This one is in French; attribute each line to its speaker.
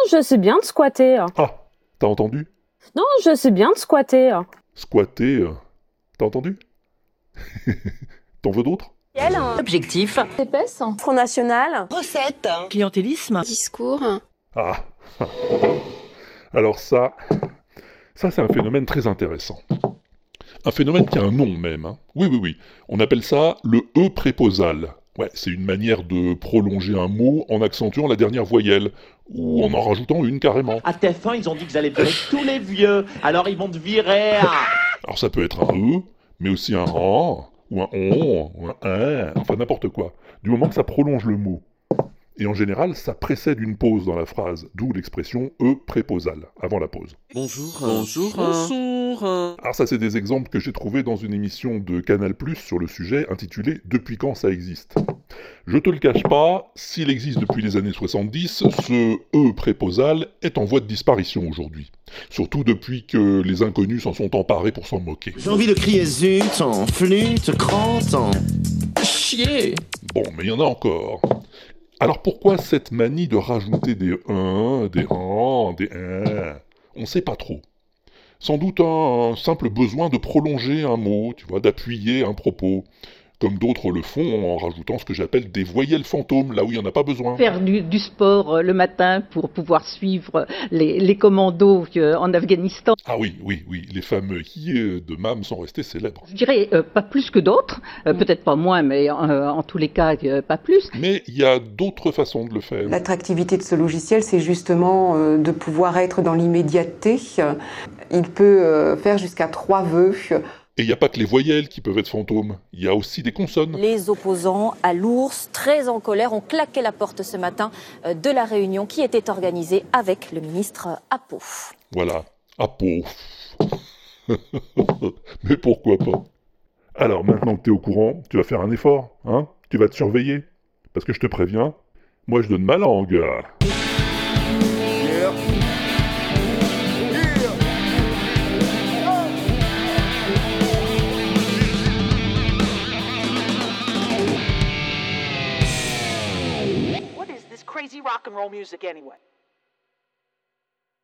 Speaker 1: je sais bien de squatter.
Speaker 2: Ah, t'as entendu?
Speaker 1: Non, je sais bien de squatter.
Speaker 2: Squatter, t'as entendu? T'en veux d'autres?
Speaker 3: Objectif.
Speaker 4: Épaisse.
Speaker 1: Front National.
Speaker 3: Recette. Clientélisme.
Speaker 4: Discours.
Speaker 2: Ah, alors ça c'est un phénomène très intéressant. Un phénomène qui a un nom même, hein. Oui, on appelle ça le E préposal. Ouais, c'est une manière de prolonger un mot en accentuant la dernière voyelle, ou en rajoutant une carrément.
Speaker 5: À TF1, ils ont dit qu'ils allaient virer tous les vieux, alors ils vont te virer.
Speaker 2: Alors ça peut être un E, mais aussi un RAN, ou un ON, ou un enfin n'importe quoi, du moment que ça prolonge le mot. Et en général, ça précède une pause dans la phrase, d'où l'expression E préposal, avant la pause.
Speaker 3: Bonjour.
Speaker 2: Alors ça, c'est des exemples que j'ai trouvés dans une émission de Canal+, sur le sujet, intitulée « Depuis quand ça existe ?» Je te le cache pas, s'il existe depuis les années 70, ce E préposal est en voie de disparition aujourd'hui. Surtout depuis que les inconnus s'en sont emparés pour s'en moquer.
Speaker 6: J'ai envie de crier zut, en flûte, crante, en chier.
Speaker 2: Bon, mais il y en a encore. Alors pourquoi cette manie de rajouter des des an, des on sait pas trop. Sans doute un simple besoin de prolonger un mot, tu vois, d'appuyer un propos, comme d'autres le font en rajoutant ce que j'appelle des voyelles fantômes, là où il n'y en a pas besoin.
Speaker 7: Faire du sport le matin pour pouvoir suivre les commandos en Afghanistan.
Speaker 2: Ah oui, les fameux hi de MAM sont restés célèbres.
Speaker 7: Je dirais pas plus que d'autres, peut-être pas moins, mais en tous les cas pas plus.
Speaker 2: Mais il y a d'autres façons de le faire.
Speaker 8: L'attractivité de ce logiciel, c'est justement de pouvoir être dans l'immédiateté. Il peut faire jusqu'à 3 vœux.
Speaker 2: Et il n'y a pas que les voyelles qui peuvent être fantômes, il y a aussi des consonnes.
Speaker 9: Les opposants à l'ours, très en colère, ont claqué la porte ce matin de la réunion qui était organisée avec le ministre Apo.
Speaker 2: Voilà, Apo. Mais pourquoi pas? Alors maintenant que tu es au courant, tu vas faire un effort, hein? Tu vas te surveiller. Parce que je te préviens, moi je donne ma langue.
Speaker 3: What is this crazy rock and roll music anyway?